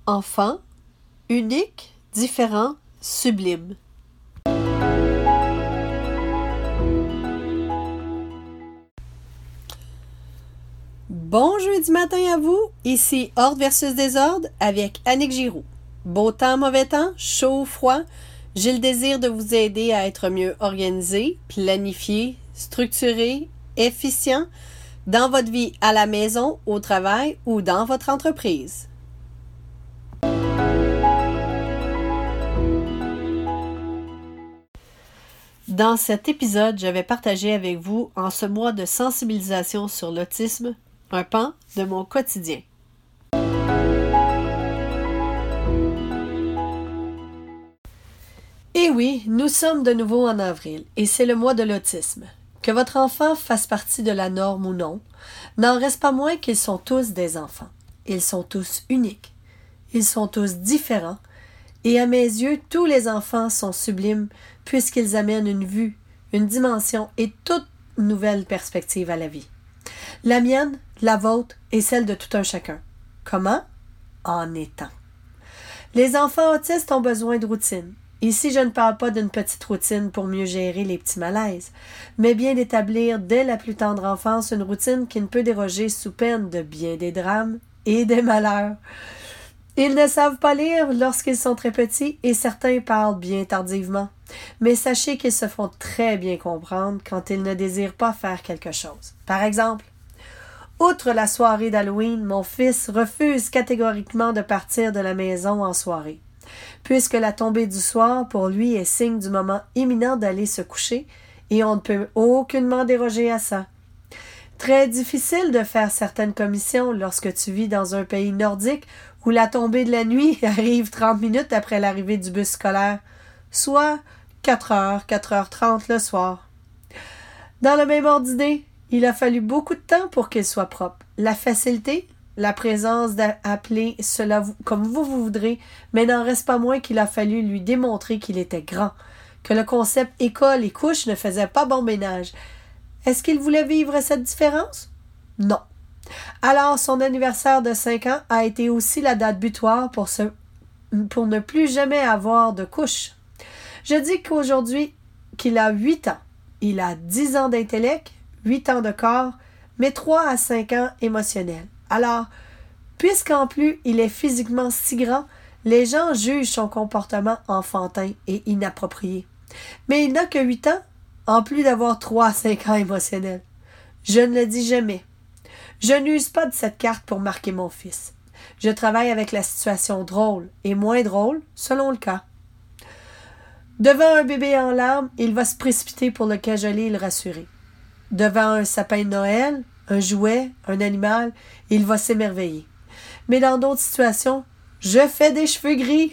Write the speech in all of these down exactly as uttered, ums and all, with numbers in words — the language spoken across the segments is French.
Enfant, unique, différent, sublime. Bon jeudi matin à vous, ici Ordre versus Désordre avec Annick Giroux. Beau temps, mauvais temps, chaud, froid, j'ai le désir de vous aider à être mieux organisé, planifié, structuré, efficient dans votre vie à la maison, au travail ou dans votre entreprise. Dans cet épisode, je vais partager avec vous, en ce mois de sensibilisation sur l'autisme, un pan de mon quotidien. Et oui, nous sommes de nouveau en avril et c'est le mois de l'autisme. Que votre enfant fasse partie de la norme ou non, n'en reste pas moins qu'ils sont tous des enfants. Ils sont tous uniques. Ils sont tous différents. Et à mes yeux, tous les enfants sont sublimes puisqu'ils amènent une vue, une dimension et toute nouvelle perspective à la vie. La mienne, la vôtre et celle de tout un chacun. Comment? En étant. Les enfants autistes ont besoin de routine. Ici, je ne parle pas d'une petite routine pour mieux gérer les petits malaises, mais bien d'établir dès la plus tendre enfance une routine qui ne peut déroger sous peine de bien des drames et des malheurs. Ils ne savent pas lire lorsqu'ils sont très petits et certains parlent bien tardivement. Mais sachez qu'ils se font très bien comprendre quand ils ne désirent pas faire quelque chose. Par exemple, outre la soirée d'Halloween, mon fils refuse catégoriquement de partir de la maison en soirée, puisque la tombée du soir pour lui est signe du moment imminent d'aller se coucher et on ne peut aucunement déroger à ça. Très difficile de faire certaines commissions lorsque tu vis dans un pays nordique où la tombée de la nuit arrive trente minutes après l'arrivée du bus scolaire, soit quatre heures, quatre heures trente le soir. Dans le même ordre d'idée, il a fallu beaucoup de temps pour qu'il soit propre. La facilité, la présence d'appeler cela comme vous vous voudrez, mais n'en reste pas moins qu'il a fallu lui démontrer qu'il était grand, que le concept école et couche ne faisait pas bon ménage. Est-ce qu'il voulait vivre cette différence? Non. Alors, son anniversaire de cinq ans a été aussi la date butoir pour, ce, pour ne plus jamais avoir de couche. Je dis qu'aujourd'hui, qu'il a huit ans. Il a dix ans d'intellect, huit ans de corps, mais trois à cinq ans émotionnels. Alors, puisqu'en plus il est physiquement si grand, les gens jugent son comportement enfantin et inapproprié. Mais il n'a que huit ans, en plus d'avoir trois à cinq ans émotionnels. Je ne le dis jamais. Je n'use pas de cette carte pour marquer mon fils. Je travaille avec la situation drôle et moins drôle, selon le cas. Devant un bébé en larmes, il va se précipiter pour le cajoler et le rassurer. Devant un sapin de Noël, un jouet, un animal, il va s'émerveiller. Mais dans d'autres situations, je fais des cheveux gris.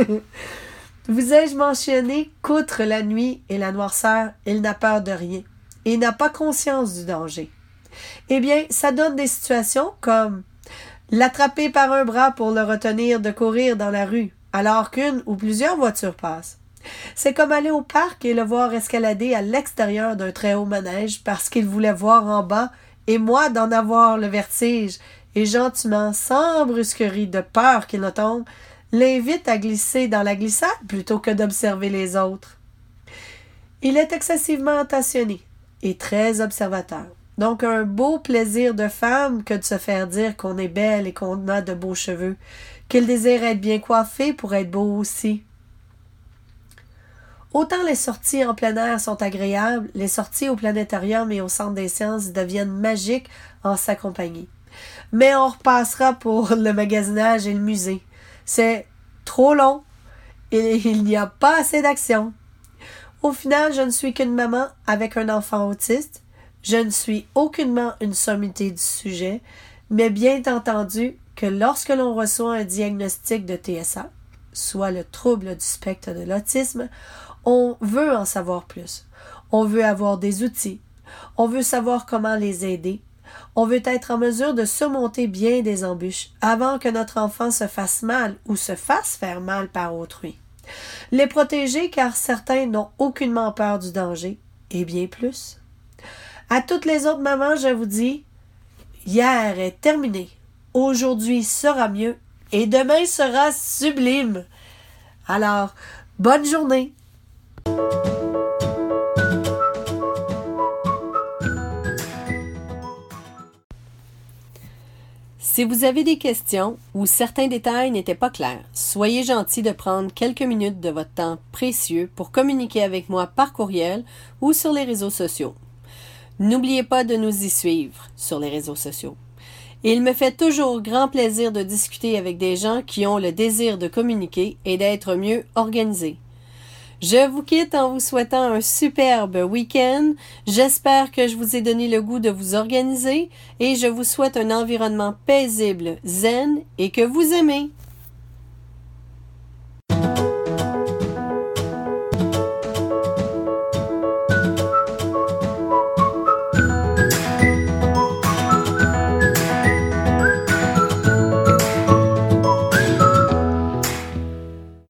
Vous ai-je mentionné qu'outre la nuit et la noirceur, il n'a peur de rien et n'a pas conscience du danger. Eh bien, ça donne des situations comme l'attraper par un bras pour le retenir de courir dans la rue, alors qu'une ou plusieurs voitures passent. C'est comme aller au parc et le voir escalader à l'extérieur d'un très haut manège parce qu'il voulait voir en bas et moi d'en avoir le vertige et gentiment, sans brusquerie, de peur qu'il ne tombe, l'invite à glisser dans la glissade plutôt que d'observer les autres. Il est excessivement attentionné et très observateur. Donc un beau plaisir de femme que de se faire dire qu'on est belle et qu'on a de beaux cheveux, qu'il désire être bien coiffé pour être beau aussi. Autant les sorties en plein air sont agréables, les sorties au planétarium et au centre des sciences deviennent magiques en sa compagnie. Mais on repassera pour le magasinage et le musée. C'est trop long et il n'y a pas assez d'action. Au final, je ne suis qu'une maman avec un enfant autiste. Je ne suis aucunement une sommité du sujet, mais bien entendu que lorsque l'on reçoit un diagnostic de T S A, soit le trouble du spectre de l'autisme, on veut en savoir plus. On veut avoir des outils. On veut savoir comment les aider. On veut être en mesure de surmonter bien des embûches avant que notre enfant se fasse mal ou se fasse faire mal par autrui. Les protéger car certains n'ont aucunement peur du danger et bien plus. À toutes les autres mamans, je vous dis, hier est terminé. Aujourd'hui sera mieux et demain sera sublime. Alors, bonne journée! Si vous avez des questions ou certains détails n'étaient pas clairs, soyez gentil de prendre quelques minutes de votre temps précieux pour communiquer avec moi par courriel ou sur les réseaux sociaux. N'oubliez pas de nous y suivre sur les réseaux sociaux. Il me fait toujours grand plaisir de discuter avec des gens qui ont le désir de communiquer et d'être mieux organisés. Je vous quitte en vous souhaitant un superbe week-end. J'espère que je vous ai donné le goût de vous organiser et je vous souhaite un environnement paisible, zen et que vous aimez.